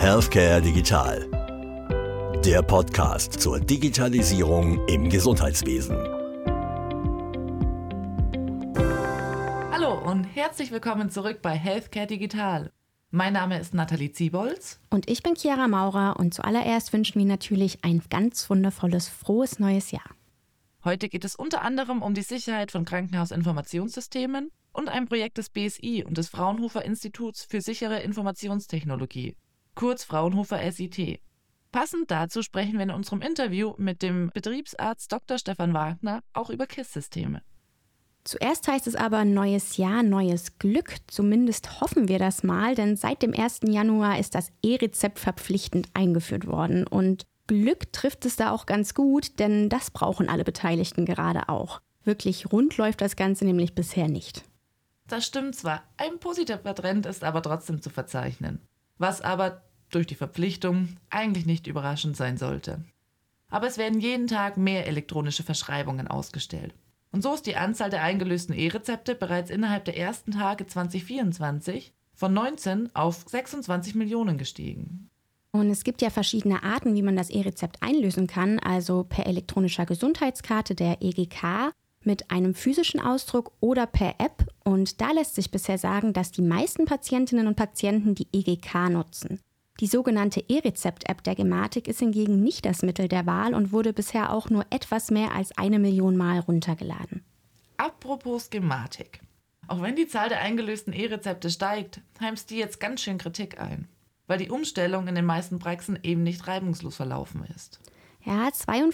Healthcare Digital, der Podcast zur Digitalisierung im Gesundheitswesen. Hallo und herzlich willkommen zurück bei Healthcare Digital. Mein Name ist Nathalie Ziebolz. Und ich bin Chiara Maurer und zuallererst wünschen wir natürlich ein ganz wundervolles, frohes neues Jahr. Heute geht es unter anderem um die Sicherheit von Krankenhausinformationssystemen und ein Projekt des BSI und des Fraunhofer Instituts für sichere Informationstechnologie, kurz Fraunhofer SIT. Passend dazu sprechen wir in unserem Interview mit dem Betriebsarzt Dr. Stefan Wagner auch über KISS-Systeme. Zuerst heißt es aber neues Jahr, neues Glück. Zumindest hoffen wir das mal, denn seit dem 1. Januar ist das E-Rezept verpflichtend eingeführt worden. Und Glück trifft es da auch ganz gut, denn das brauchen alle Beteiligten gerade auch. Wirklich rund läuft das Ganze nämlich bisher nicht. Das stimmt zwar, ein positiver Trend ist aber trotzdem zu verzeichnen. Was aber durch die Verpflichtung eigentlich nicht überraschend sein sollte. Aber es werden jeden Tag mehr elektronische Verschreibungen ausgestellt. Und so ist die Anzahl der eingelösten E-Rezepte bereits innerhalb der ersten Tage 2024 von 19 auf 26 Millionen gestiegen. Und es gibt ja verschiedene Arten, wie man das E-Rezept einlösen kann, also per elektronischer Gesundheitskarte der EGK, mit einem physischen Ausdruck oder per App. Und da lässt sich bisher sagen, dass die meisten Patientinnen und Patienten die EGK nutzen. Die sogenannte E-Rezept-App der Gematik ist hingegen nicht das Mittel der Wahl und wurde bisher auch nur etwas mehr als 1 Million Mal runtergeladen. Apropos Gematik. Auch wenn die Zahl der eingelösten E-Rezepte steigt, heimst die jetzt ganz schön Kritik ein, weil die Umstellung in den meisten Praxen eben nicht reibungslos verlaufen ist. Ja,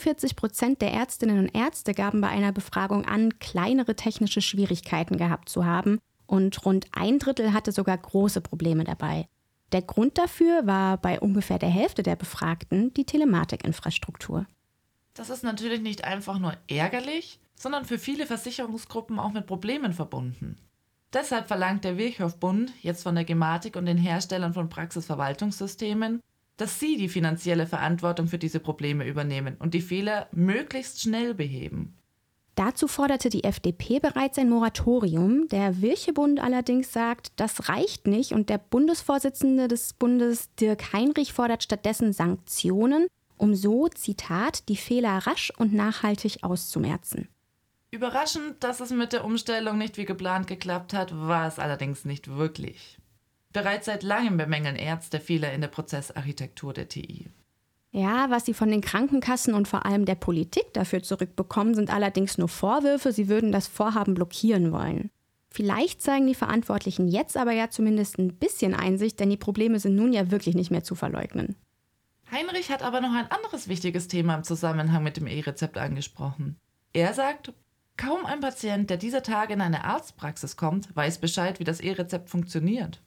42% der Ärztinnen und Ärzte gaben bei einer Befragung an, kleinere technische Schwierigkeiten gehabt zu haben und rund 1/3 hatte sogar große Probleme dabei. Der Grund dafür war bei ungefähr der Hälfte der Befragten die Telematikinfrastruktur. Das ist natürlich nicht einfach nur ärgerlich, sondern für viele Versicherungsgruppen auch mit Problemen verbunden. Deshalb verlangt der Virchow-Bund jetzt von der Gematik und den Herstellern von Praxisverwaltungssystemen, dass sie die finanzielle Verantwortung für diese Probleme übernehmen und die Fehler möglichst schnell beheben. Dazu forderte die FDP bereits ein Moratorium. Der Virchow-Bund allerdings sagt, das reicht nicht und der Bundesvorsitzende des Bundes, Dirk Heinrich, fordert stattdessen Sanktionen, um so, Zitat, die Fehler rasch und nachhaltig auszumerzen. Überraschend, dass es mit der Umstellung nicht wie geplant geklappt hat, war es allerdings nicht wirklich. Bereits seit langem bemängeln Ärzte Fehler in der Prozessarchitektur der TI. Ja, was sie von den Krankenkassen und vor allem der Politik dafür zurückbekommen, sind allerdings nur Vorwürfe, sie würden das Vorhaben blockieren wollen. Vielleicht zeigen die Verantwortlichen jetzt aber ja zumindest ein bisschen Einsicht, denn die Probleme sind nun ja wirklich nicht mehr zu verleugnen. Heinrich hat aber noch ein anderes wichtiges Thema im Zusammenhang mit dem E-Rezept angesprochen. Er sagt, kaum ein Patient, der dieser Tage in eine Arztpraxis kommt, weiß Bescheid, wie das E-Rezept funktioniert.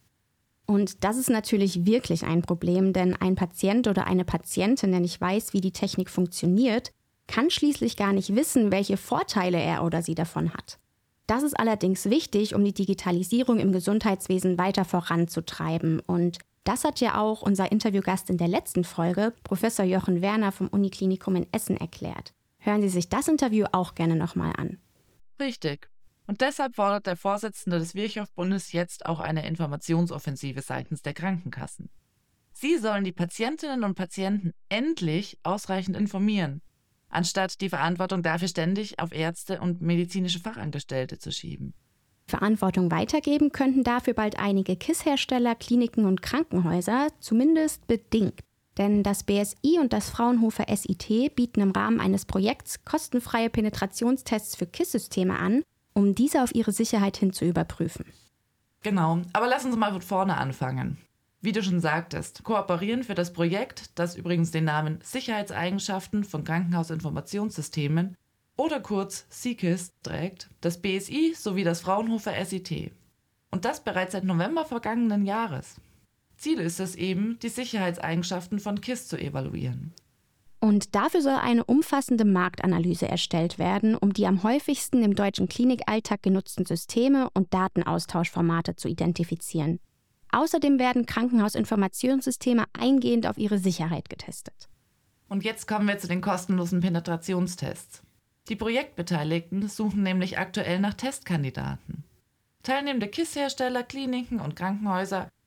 Und das ist natürlich wirklich ein Problem, denn ein Patient oder eine Patientin, der nicht weiß, wie die Technik funktioniert, kann schließlich gar nicht wissen, welche Vorteile er oder sie davon hat. Das ist allerdings wichtig, um die Digitalisierung im Gesundheitswesen weiter voranzutreiben. Und das hat ja auch unser Interviewgast in der letzten Folge, Professor Jochen Werner vom Uniklinikum in Essen, erklärt. Hören Sie sich das Interview auch gerne nochmal an. Richtig. Und deshalb fordert der Vorsitzende des Virchow-Bundes jetzt auch eine Informationsoffensive seitens der Krankenkassen. Sie sollen die Patientinnen und Patienten endlich ausreichend informieren, anstatt die Verantwortung dafür ständig auf Ärzte und medizinische Fachangestellte zu schieben. Verantwortung weitergeben könnten dafür bald einige KISS-Hersteller, Kliniken und Krankenhäuser, zumindest bedingt. Denn das BSI und das Fraunhofer SIT bieten im Rahmen eines Projekts kostenfreie Penetrationstests für KISS-Systeme an, um diese auf ihre Sicherheit hin zu überprüfen. Genau, aber lass uns mal von vorne anfangen. Wie du schon sagtest, kooperieren für das Projekt, das übrigens den Namen Sicherheitseigenschaften von Krankenhausinformationssystemen oder kurz CKIS trägt, das BSI sowie das Fraunhofer SIT. Und das bereits seit November vergangenen Jahres. Ziel ist es eben, die Sicherheitseigenschaften von KISS zu evaluieren. Und dafür soll eine umfassende Marktanalyse erstellt werden, um die am häufigsten im deutschen Klinikalltag genutzten Systeme und Datenaustauschformate zu identifizieren. Außerdem werden Krankenhausinformationssysteme eingehend auf ihre Sicherheit getestet. Und jetzt kommen wir zu den kostenlosen Penetrationstests. Die Projektbeteiligten suchen nämlich aktuell nach Testkandidaten. Teilnehmende KISS-Hersteller, Kliniken und Krankenhäuser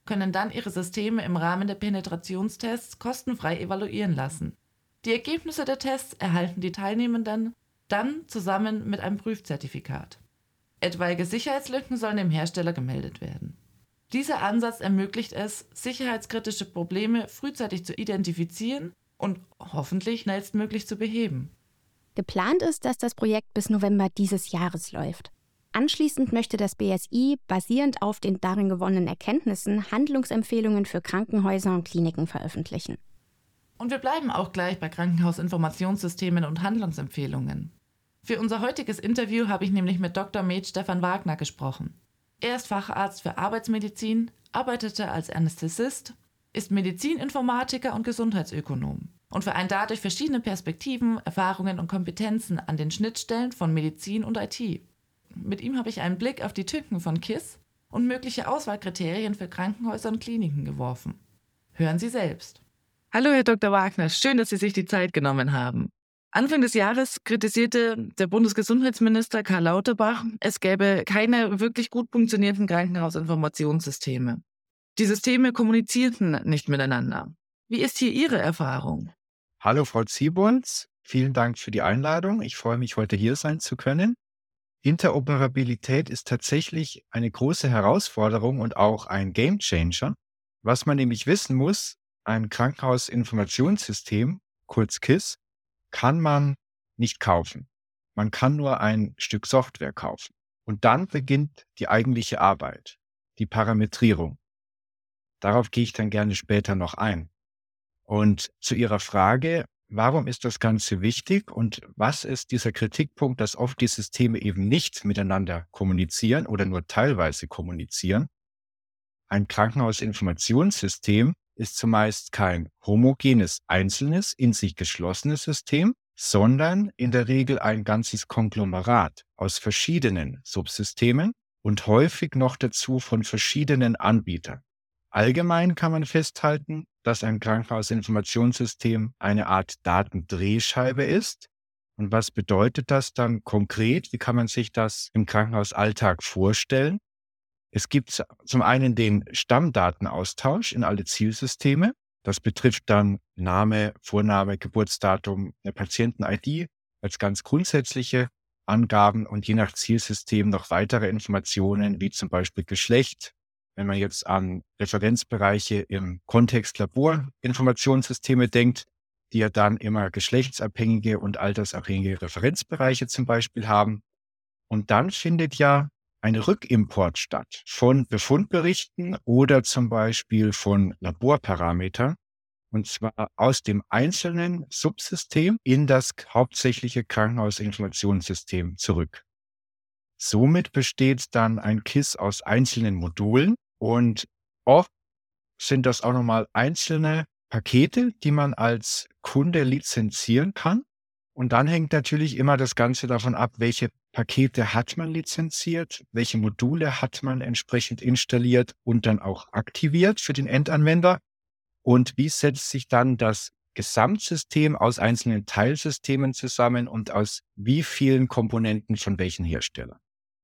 können dann ihre Systeme im Rahmen der Penetrationstests kostenfrei evaluieren lassen. Die Ergebnisse der Tests erhalten die Teilnehmenden dann zusammen mit einem Prüfzertifikat. Etwaige Sicherheitslücken sollen dem Hersteller gemeldet werden. Dieser Ansatz ermöglicht es, sicherheitskritische Probleme frühzeitig zu identifizieren und hoffentlich schnellstmöglich zu beheben. Geplant ist, dass das Projekt bis November dieses Jahres läuft. Anschließend möchte das BSI basierend auf den darin gewonnenen Erkenntnissen Handlungsempfehlungen für Krankenhäuser und Kliniken veröffentlichen. Und wir bleiben auch gleich bei Krankenhausinformationssystemen und Handlungsempfehlungen. Für unser heutiges Interview habe ich nämlich mit Dr. Med Stefan Wagner gesprochen. Er ist Facharzt für Arbeitsmedizin, arbeitete als Anästhesist, ist Medizininformatiker und Gesundheitsökonom und vereint dadurch verschiedene Perspektiven, Erfahrungen und Kompetenzen an den Schnittstellen von Medizin und IT. Mit ihm habe ich einen Blick auf die Tücken von KISS und mögliche Auswahlkriterien für Krankenhäuser und Kliniken geworfen. Hören Sie selbst. Hallo Herr Dr. Wagner, schön, dass Sie sich die Zeit genommen haben. Anfang des Jahres kritisierte der Bundesgesundheitsminister Karl Lauterbach, es gäbe keine wirklich gut funktionierenden Krankenhausinformationssysteme. Die Systeme kommunizierten nicht miteinander. Wie ist hier Ihre Erfahrung? Hallo Frau Ziebons, vielen Dank für die Einladung. Ich freue mich, heute hier sein zu können. Interoperabilität ist tatsächlich eine große Herausforderung und auch ein Gamechanger. Was man nämlich wissen muss, ein Krankenhausinformationssystem, kurz KISS, kann man nicht kaufen. Man kann nur ein Stück Software kaufen. Und dann beginnt die eigentliche Arbeit, die Parametrierung. Darauf gehe ich dann gerne später noch ein. Und zu Ihrer Frage, warum ist das Ganze wichtig und was ist dieser Kritikpunkt, dass oft die Systeme eben nicht miteinander kommunizieren oder nur teilweise kommunizieren? Ein Krankenhausinformationssystem ist zumeist kein homogenes, einzelnes, in sich geschlossenes System, sondern in der Regel ein ganzes Konglomerat aus verschiedenen Subsystemen und häufig noch dazu von verschiedenen Anbietern. Allgemein kann man festhalten, dass ein Krankenhausinformationssystem eine Art Datendrehscheibe ist. Und was bedeutet das dann konkret? Wie kann man sich das im Krankenhausalltag vorstellen? Es gibt zum einen den Stammdatenaustausch in alle Zielsysteme. Das betrifft dann Name, Vorname, Geburtsdatum, eine Patienten-ID als ganz grundsätzliche Angaben und je nach Zielsystem noch weitere Informationen wie zum Beispiel Geschlecht. Wenn man jetzt an Referenzbereiche im Kontext Laborinformationssysteme denkt, die ja dann immer geschlechtsabhängige und altersabhängige Referenzbereiche zum Beispiel haben. Und dann findet ja ein Rückimport statt von Befundberichten oder zum Beispiel von Laborparametern, und zwar aus dem einzelnen Subsystem in das hauptsächliche Krankenhausinformationssystem zurück. Somit besteht dann ein KISS aus einzelnen Modulen und oft sind das auch nochmal einzelne Pakete, die man als Kunde lizenzieren kann. Und dann hängt natürlich immer das Ganze davon ab, welche Pakete hat man lizenziert, welche Module hat man entsprechend installiert und dann auch aktiviert für den Endanwender und wie setzt sich dann das Gesamtsystem aus einzelnen Teilsystemen zusammen und aus wie vielen Komponenten von welchen Herstellern.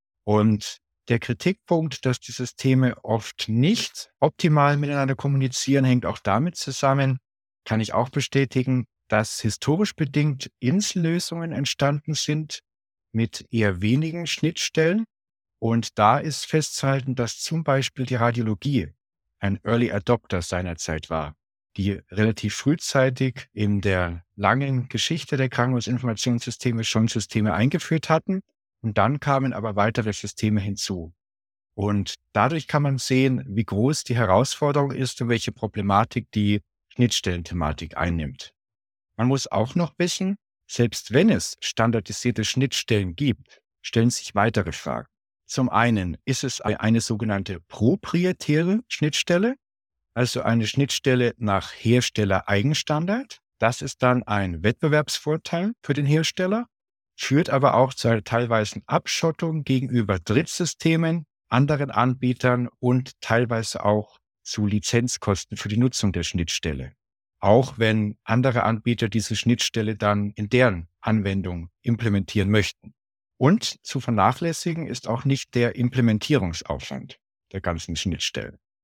Und der Kritikpunkt, dass die Systeme oft nicht optimal miteinander kommunizieren, hängt auch damit zusammen, kann ich auch bestätigen, dass historisch bedingt Insellösungen entstanden sind mit eher wenigen Schnittstellen. Und da ist festzuhalten, dass zum Beispiel die Radiologie ein Early Adopter seinerzeit war, die relativ frühzeitig in der langen Geschichte der Krankenhausinformationssysteme schon Systeme eingeführt hatten. Und dann kamen aber weitere Systeme hinzu. Und dadurch kann man sehen, wie groß die Herausforderung ist und welche Problematik die Schnittstellenthematik einnimmt. Man muss auch noch wissen, selbst wenn es standardisierte Schnittstellen gibt, stellen sich weitere Fragen. Zum einen ist es eine sogenannte proprietäre Schnittstelle, also eine Schnittstelle nach Hersteller-Eigenstandard. Das ist dann ein Wettbewerbsvorteil für den Hersteller, führt aber auch zu einer teilweisen Abschottung gegenüber Drittsystemen, anderen Anbietern und teilweise auch zu Lizenzkosten für die Nutzung der Schnittstelle. Auch wenn andere Anbieter diese Schnittstelle dann in deren Anwendung implementieren möchten. Und zu vernachlässigen ist auch nicht der Implementierungsaufwand der ganzen Schnittstellen.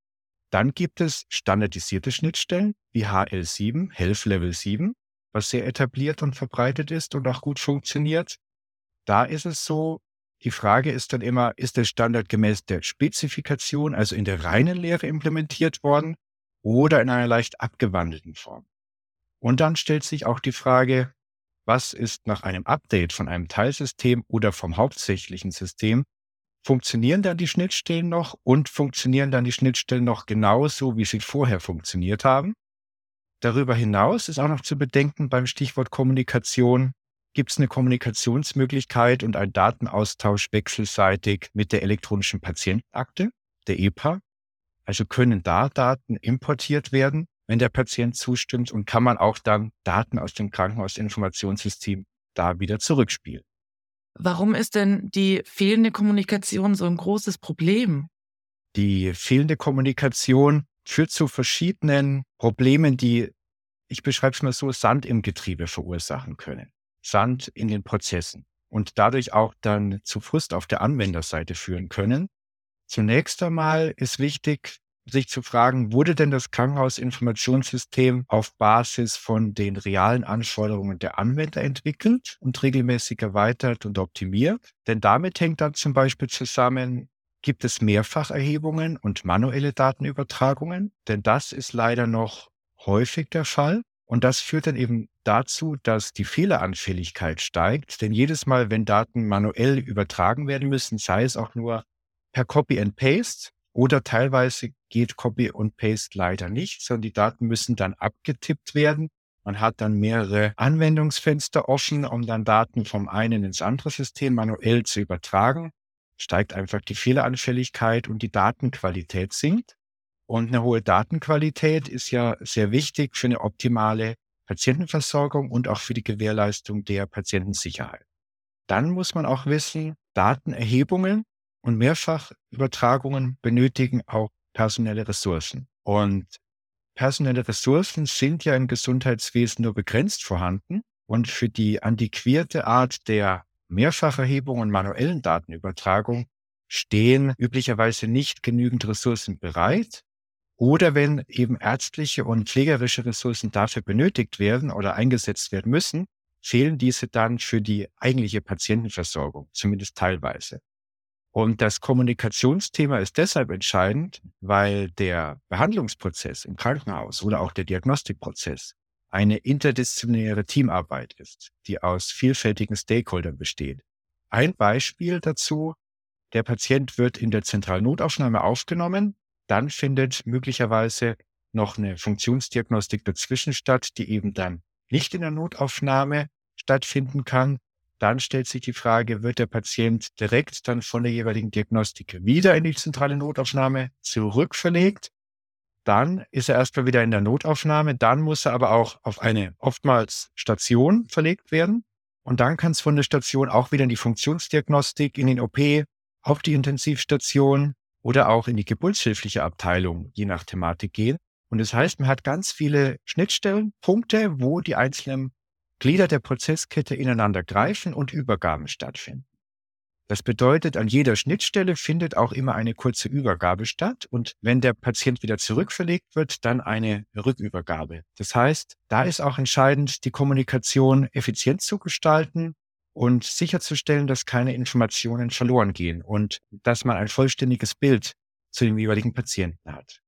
Dann gibt es standardisierte Schnittstellen wie HL7, Health Level 7, was sehr etabliert und verbreitet ist und auch gut funktioniert. Da ist es so, die Frage ist dann immer, ist der Standard gemäß der Spezifikation, also in der reinen Lehre implementiert worden oder in einer leicht abgewandelten Form? Und dann stellt sich auch die Frage, was ist nach einem Update von einem Teilsystem oder vom hauptsächlichen System, funktionieren dann die Schnittstellen noch und funktionieren dann die Schnittstellen noch genauso, wie sie vorher funktioniert haben? Darüber hinaus ist auch noch zu bedenken beim Stichwort Kommunikation, gibt es eine Kommunikationsmöglichkeit und einen Datenaustausch wechselseitig mit der elektronischen Patientenakte, der EPA? Also können da Daten importiert werden, wenn der Patient zustimmt, und kann man auch dann Daten aus dem Krankenhausinformationssystem da wieder zurückspielen. Warum ist denn die fehlende Kommunikation so ein großes Problem? Die fehlende Kommunikation führt zu verschiedenen Problemen, die, ich beschreibe es mal so, Sand im Getriebe verursachen können. Sand in den Prozessen und dadurch auch dann zu Frust auf der Anwenderseite führen können. Zunächst einmal ist wichtig, sich zu fragen, wurde denn das Krankenhausinformationssystem auf Basis von den realen Anforderungen der Anwender entwickelt und regelmäßig erweitert und optimiert? Denn damit hängt dann zum Beispiel zusammen, gibt es Mehrfacherhebungen und manuelle Datenübertragungen? Denn das ist leider noch häufig der Fall. Und das führt dann eben dazu, dass die Fehleranfälligkeit steigt. Denn jedes Mal, wenn Daten manuell übertragen werden müssen, sei es auch nur per Copy and Paste oder teilweise geht Copy und Paste leider nicht, sondern die Daten müssen dann abgetippt werden. Man hat dann mehrere Anwendungsfenster offen, um dann Daten vom einen ins andere System manuell zu übertragen. Steigt einfach die Fehleranfälligkeit und die Datenqualität sinkt. Und eine hohe Datenqualität ist ja sehr wichtig für eine optimale Patientenversorgung und auch für die Gewährleistung der Patientensicherheit. Dann muss man auch wissen, Datenerhebungen und Mehrfachübertragungen benötigen auch personelle Ressourcen. Und personelle Ressourcen sind ja im Gesundheitswesen nur begrenzt vorhanden. Und für die antiquierte Art der Mehrfacherhebung und manuellen Datenübertragung stehen üblicherweise nicht genügend Ressourcen bereit. Oder wenn eben ärztliche und pflegerische Ressourcen dafür benötigt werden oder eingesetzt werden müssen, fehlen diese dann für die eigentliche Patientenversorgung, zumindest teilweise. Und das Kommunikationsthema ist deshalb entscheidend, weil der Behandlungsprozess im Krankenhaus oder auch der Diagnostikprozess eine interdisziplinäre Teamarbeit ist, die aus vielfältigen Stakeholdern besteht. Ein Beispiel dazu: Der Patient wird in der zentralen Notaufnahme aufgenommen, dann findet möglicherweise noch eine Funktionsdiagnostik dazwischen statt, die eben dann nicht in der Notaufnahme stattfinden kann. Dann stellt sich die Frage, wird der Patient direkt dann von der jeweiligen Diagnostik wieder in die zentrale Notaufnahme zurückverlegt? Dann ist er erstmal wieder in der Notaufnahme, dann muss er aber auch auf eine oftmals Station verlegt werden. Und dann kann es von der Station auch wieder in die Funktionsdiagnostik, in den OP, auf die Intensivstation oder auch in die geburtshilfliche Abteilung, je nach Thematik gehen. Und das heißt, man hat ganz viele Schnittstellen, Punkte, wo die einzelnen Glieder der Prozesskette ineinander greifen und Übergaben stattfinden. Das bedeutet, an jeder Schnittstelle findet auch immer eine kurze Übergabe statt und wenn der Patient wieder zurückverlegt wird, dann eine Rückübergabe. Das heißt, da ist auch entscheidend, die Kommunikation effizient zu gestalten und sicherzustellen, dass keine Informationen verloren gehen und dass man ein vollständiges Bild zu dem jeweiligen Patienten hat.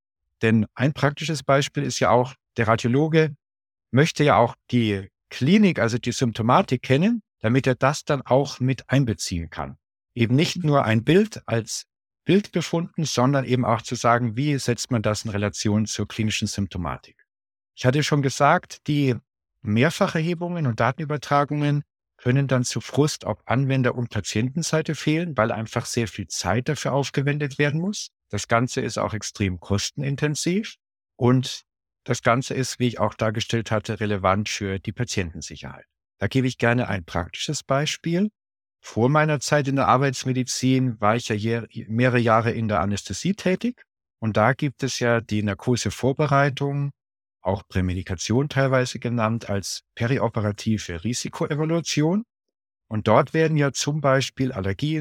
Denn ein praktisches Beispiel ist ja auch, der Radiologe möchte ja auch die Klinik, also die Symptomatik kennen, damit er das dann auch mit einbeziehen kann. Eben nicht nur ein Bild als Bild gefunden, sondern eben auch zu sagen, wie setzt man das in Relation zur klinischen Symptomatik. Ich hatte schon gesagt, die Mehrfacherhebungen und Datenübertragungen können dann zu Frust auf Anwender- und Patientenseite fehlen, weil einfach sehr viel Zeit dafür aufgewendet werden muss. Das Ganze ist auch extrem kostenintensiv und das Ganze ist, wie ich auch dargestellt hatte, relevant für die Patientensicherheit. Da gebe ich gerne ein praktisches Beispiel. Vor meiner Zeit in der Arbeitsmedizin war ich ja mehrere Jahre in der Anästhesie tätig. Und da gibt es ja die Narkosevorbereitung, auch Prämedikation teilweise genannt, als perioperative Risikoevaluation. Und dort werden ja zum Beispiel Allergien,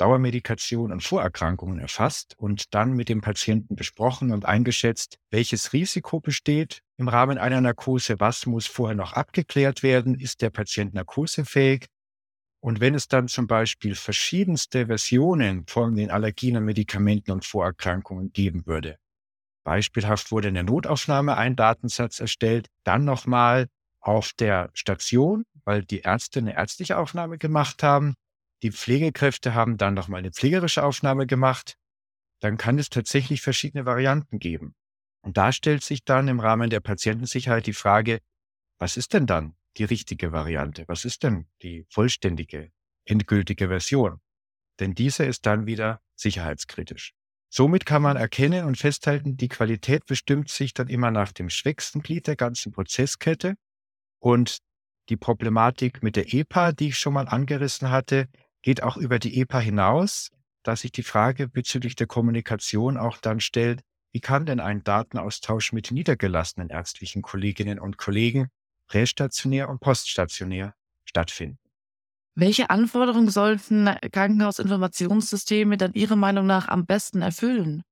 Dauermedikation und Vorerkrankungen erfasst und dann mit dem Patienten besprochen und eingeschätzt, welches Risiko besteht im Rahmen einer Narkose, was muss vorher noch abgeklärt werden, ist der Patient narkosefähig. Und wenn es dann zum Beispiel verschiedenste Versionen von den allergenen Medikamenten und Vorerkrankungen geben würde, beispielhaft wurde in der Notaufnahme ein Datensatz erstellt, dann nochmal auf der Station, weil die Ärzte eine ärztliche Aufnahme gemacht haben, die Pflegekräfte haben dann nochmal eine pflegerische Aufnahme gemacht, dann kann es tatsächlich verschiedene Varianten geben. Und da stellt sich dann im Rahmen der Patientensicherheit die Frage, was ist denn dann die richtige Variante? Was ist denn die vollständige, endgültige Version? Denn diese ist dann wieder sicherheitskritisch. Somit kann man erkennen und festhalten, die Qualität bestimmt sich dann immer nach dem schwächsten Glied der ganzen Prozesskette. Und die Problematik mit der EPA, die ich schon mal angerissen hatte, geht auch über die EPA hinaus, dass sich die Frage bezüglich der Kommunikation auch dann stellt, wie kann denn ein Datenaustausch mit niedergelassenen ärztlichen Kolleginnen und Kollegen prästationär und poststationär stattfinden? Welche Anforderungen sollten Krankenhausinformationssysteme dann Ihrer Meinung nach am besten erfüllen?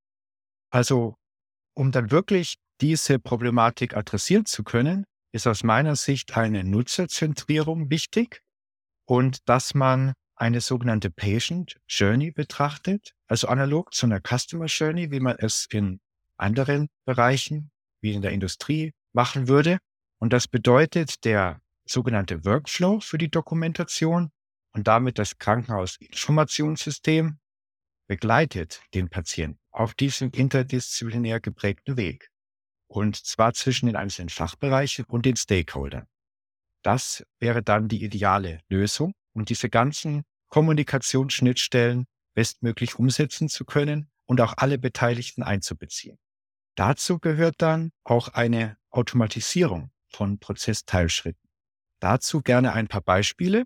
Also, um dann wirklich diese Problematik adressieren zu können, ist aus meiner Sicht eine Nutzerzentrierung wichtig und dass man eine sogenannte Patient Journey betrachtet, also analog zu einer Customer Journey, wie man es in anderen Bereichen wie in der Industrie machen würde. Und das bedeutet der sogenannte Workflow für die Dokumentation und damit das Krankenhausinformationssystem begleitet den Patienten auf diesem interdisziplinär geprägten Weg. Und zwar zwischen den einzelnen Fachbereichen und den Stakeholdern. Das wäre dann die ideale Lösung, um diese ganzen Kommunikationsschnittstellen bestmöglich umsetzen zu können und auch alle Beteiligten einzubeziehen. Dazu gehört dann auch eine Automatisierung von Prozessteilschritten. Dazu gerne ein paar Beispiele.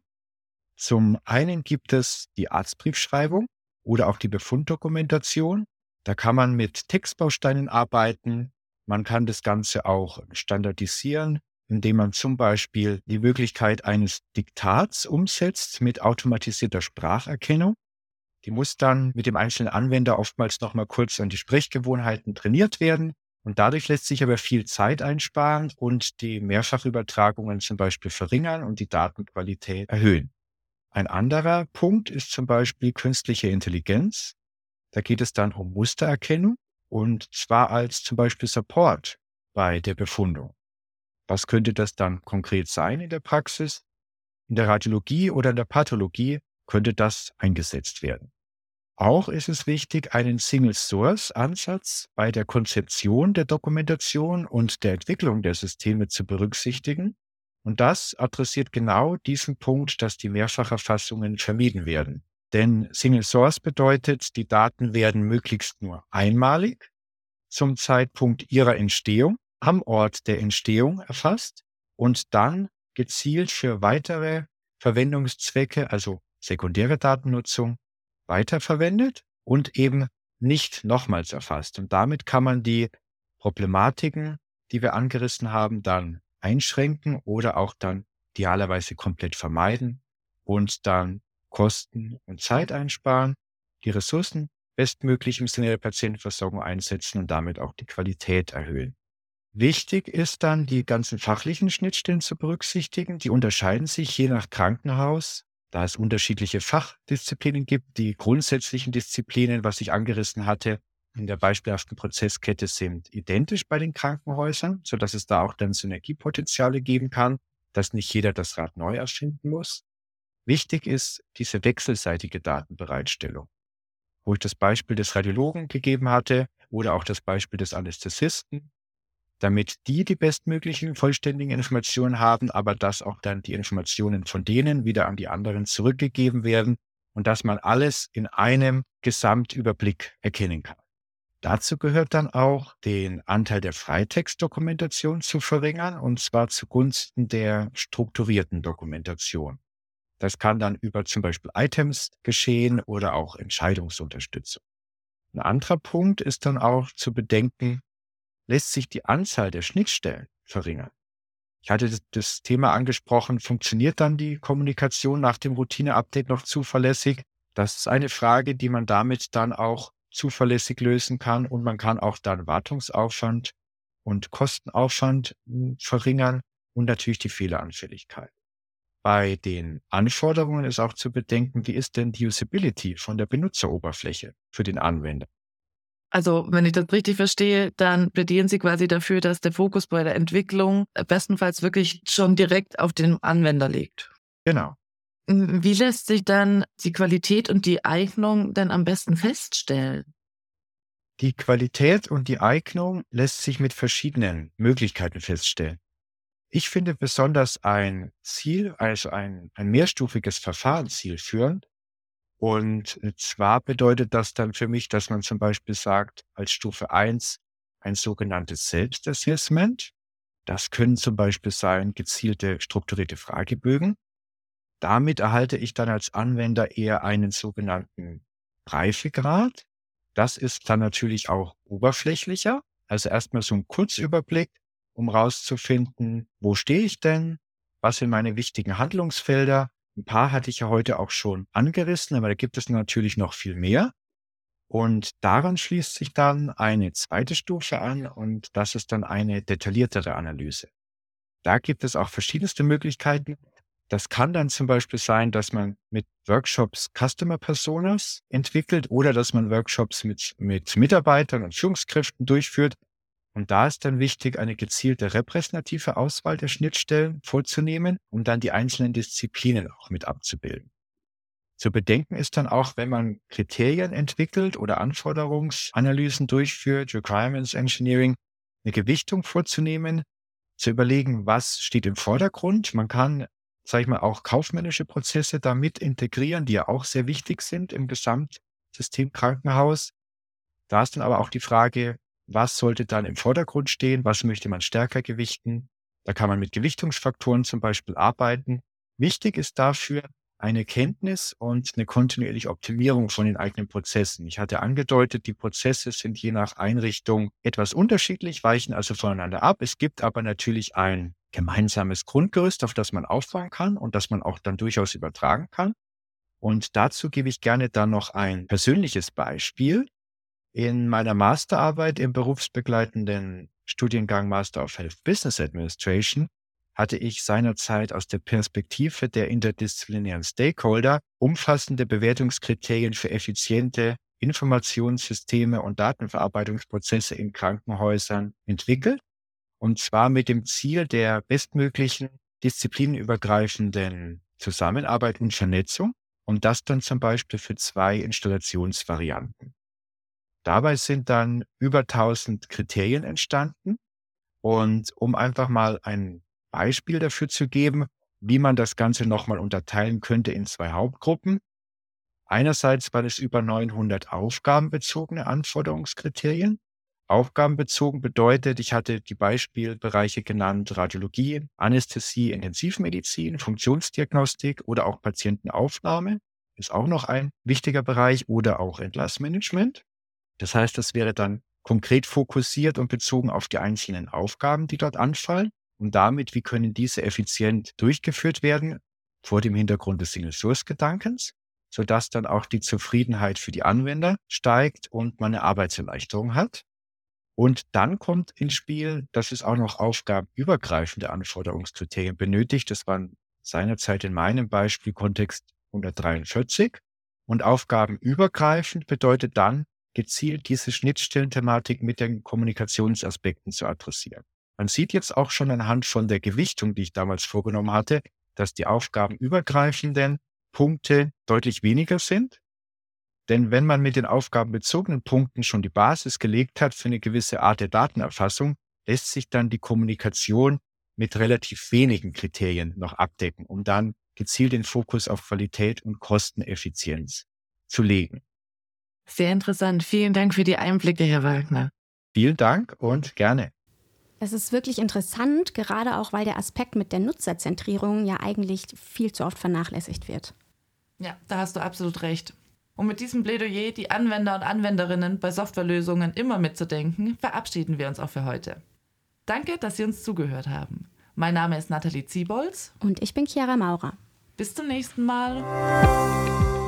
Zum einen gibt es die Arztbriefschreibung oder auch die Befunddokumentation. Da kann man mit Textbausteinen arbeiten. Man kann das Ganze auch standardisieren, indem man zum Beispiel die Möglichkeit eines Diktats umsetzt mit automatisierter Spracherkennung. Die muss dann mit dem einzelnen Anwender oftmals noch mal kurz an die Sprechgewohnheiten trainiert werden. Und dadurch lässt sich aber viel Zeit einsparen und die Mehrfachübertragungen zum Beispiel verringern und die Datenqualität erhöhen. Ein anderer Punkt ist zum Beispiel künstliche Intelligenz. Da geht es dann um Mustererkennung und zwar als zum Beispiel Support bei der Befundung. Was könnte das dann konkret sein in der Praxis? In der Radiologie oder in der Pathologie könnte das eingesetzt werden. Auch ist es wichtig, einen Single-Source-Ansatz bei der Konzeption der Dokumentation und der Entwicklung der Systeme zu berücksichtigen. Und das adressiert genau diesen Punkt, dass die Mehrfacherfassungen vermieden werden. Denn Single-Source bedeutet, die Daten werden möglichst nur einmalig zum Zeitpunkt ihrer Entstehung am Ort der Entstehung erfasst und dann gezielt für weitere Verwendungszwecke, also sekundäre Datennutzung, weiterverwendet und eben nicht nochmals erfasst. Und damit kann man die Problematiken, die wir angerissen haben, dann einschränken oder auch dann idealerweise komplett vermeiden und dann Kosten und Zeit einsparen, die Ressourcen bestmöglich im Sinne der Patientenversorgung einsetzen und damit auch die Qualität erhöhen. Wichtig ist dann, die ganzen fachlichen Schnittstellen zu berücksichtigen. Die unterscheiden sich je nach Krankenhaus, da es unterschiedliche Fachdisziplinen gibt. Die grundsätzlichen Disziplinen, was ich angerissen hatte, in der beispielhaften Prozesskette sind identisch bei den Krankenhäusern, sodass es da auch dann Synergiepotenziale geben kann, dass nicht jeder das Rad neu erfinden muss. Wichtig ist diese wechselseitige Datenbereitstellung, wo ich das Beispiel des Radiologen gegeben hatte oder auch das Beispiel des Anästhesisten, damit die bestmöglichen vollständigen Informationen haben, aber dass auch dann die Informationen von denen wieder an die anderen zurückgegeben werden und dass man alles in einem Gesamtüberblick erkennen kann. Dazu gehört dann auch, den Anteil der Freitextdokumentation zu verringern, und zwar zugunsten der strukturierten Dokumentation. Das kann dann über zum Beispiel Items geschehen oder auch Entscheidungsunterstützung. Ein anderer Punkt ist dann auch zu bedenken, lässt sich die Anzahl der Schnittstellen verringern. Ich hatte das Thema angesprochen, funktioniert dann die Kommunikation nach dem Routine-Update noch zuverlässig? Das ist eine Frage, die man damit dann auch zuverlässig lösen kann und man kann auch dann Wartungsaufwand und Kostenaufwand verringern und natürlich die Fehleranfälligkeit. Bei den Anforderungen ist auch zu bedenken, wie ist denn die Usability von der Benutzeroberfläche für den Anwender? Also, wenn ich das richtig verstehe, dann plädieren Sie quasi dafür, dass der Fokus bei der Entwicklung bestenfalls wirklich schon direkt auf den Anwender liegt. Genau. Wie lässt sich dann die Qualität und die Eignung dann am besten feststellen? Die Qualität und die Eignung lässt sich mit verschiedenen Möglichkeiten feststellen. Ich finde besonders ein Ziel, also ein mehrstufiges Verfahren zielführend. Und zwar bedeutet das dann für mich, dass man zum Beispiel sagt, als Stufe 1 ein sogenanntes Selbstassessment. Das können zum Beispiel sein gezielte strukturierte Fragebögen. Damit erhalte ich dann als Anwender eher einen sogenannten Reifegrad. Das ist dann natürlich auch oberflächlicher. Also erstmal so ein Kurzüberblick, um rauszufinden, wo stehe ich denn? Was sind meine wichtigen Handlungsfelder? Ein paar hatte ich ja heute auch schon angerissen, aber da gibt es natürlich noch viel mehr. Und daran schließt sich dann eine zweite Stufe an und das ist dann eine detailliertere Analyse. Da gibt es auch verschiedenste Möglichkeiten. Das kann dann zum Beispiel sein, dass man mit Workshops Customer Personas entwickelt oder dass man Workshops mit Mitarbeitern und Führungskräften durchführt. Und da ist dann wichtig, eine gezielte repräsentative Auswahl der Schnittstellen vorzunehmen, um dann die einzelnen Disziplinen auch mit abzubilden. Zu bedenken ist dann auch, wenn man Kriterien entwickelt oder Anforderungsanalysen durchführt, Requirements Engineering, eine Gewichtung vorzunehmen, zu überlegen, was steht im Vordergrund. Man kann, sage ich mal, auch kaufmännische Prozesse damit integrieren, die ja auch sehr wichtig sind im Gesamtsystem Krankenhaus. Da ist dann aber auch die Frage, was sollte dann im Vordergrund stehen? Was möchte man stärker gewichten? Da kann man mit Gewichtungsfaktoren zum Beispiel arbeiten. Wichtig ist dafür eine Kenntnis und eine kontinuierliche Optimierung von den eigenen Prozessen. Ich hatte angedeutet, die Prozesse sind je nach Einrichtung etwas unterschiedlich, weichen also voneinander ab. Es gibt aber natürlich ein gemeinsames Grundgerüst, auf das man aufbauen kann und das man auch dann durchaus übertragen kann. Und dazu gebe ich gerne dann noch ein persönliches Beispiel. In meiner Masterarbeit im berufsbegleitenden Studiengang Master of Health Business Administration hatte ich seinerzeit aus der Perspektive der interdisziplinären Stakeholder umfassende Bewertungskriterien für effiziente Informationssysteme und Datenverarbeitungsprozesse in Krankenhäusern entwickelt. Und zwar mit dem Ziel der bestmöglichen disziplinübergreifenden Zusammenarbeit und Vernetzung. Und das dann zum Beispiel für 2 Installationsvarianten. Dabei sind dann über 1000 Kriterien entstanden. Und um einfach mal ein Beispiel dafür zu geben, wie man das Ganze nochmal unterteilen könnte in 2 Hauptgruppen. Einerseits waren es über 900 aufgabenbezogene Anforderungskriterien. Aufgabenbezogen bedeutet, ich hatte die Beispielbereiche genannt, Radiologie, Anästhesie, Intensivmedizin, Funktionsdiagnostik oder auch Patientenaufnahme, ist auch noch ein wichtiger Bereich, oder auch Entlassmanagement. Das heißt, das wäre dann konkret fokussiert und bezogen auf die einzelnen Aufgaben, die dort anfallen und damit, wie können diese effizient durchgeführt werden vor dem Hintergrund des Single-Source-Gedankens, sodass dann auch die Zufriedenheit für die Anwender steigt und man eine Arbeitserleichterung hat. Und dann kommt ins Spiel, dass es auch noch aufgabenübergreifende Anforderungskriterien benötigt. Das waren seinerzeit in meinem Beispielkontext 143. Und aufgabenübergreifend bedeutet dann, gezielt diese Schnittstellenthematik mit den Kommunikationsaspekten zu adressieren. Man sieht jetzt auch schon anhand von der Gewichtung, die ich damals vorgenommen hatte, dass die aufgabenübergreifenden Punkte deutlich weniger sind. Denn wenn man mit den aufgabenbezogenen Punkten schon die Basis gelegt hat für eine gewisse Art der Datenerfassung, lässt sich dann die Kommunikation mit relativ wenigen Kriterien noch abdecken, um dann gezielt den Fokus auf Qualität und Kosteneffizienz zu legen. Sehr interessant. Vielen Dank für die Einblicke, Herr Wagner. Vielen Dank und gerne. Es ist wirklich interessant, gerade auch, weil der Aspekt mit der Nutzerzentrierung ja eigentlich viel zu oft vernachlässigt wird. Ja, da hast du absolut recht. Um mit diesem Plädoyer die Anwender und Anwenderinnen bei Softwarelösungen immer mitzudenken, verabschieden wir uns auch für heute. Danke, dass Sie uns zugehört haben. Mein Name ist Nathalie Ziebolz. Und ich bin Chiara Maurer. Bis zum nächsten Mal.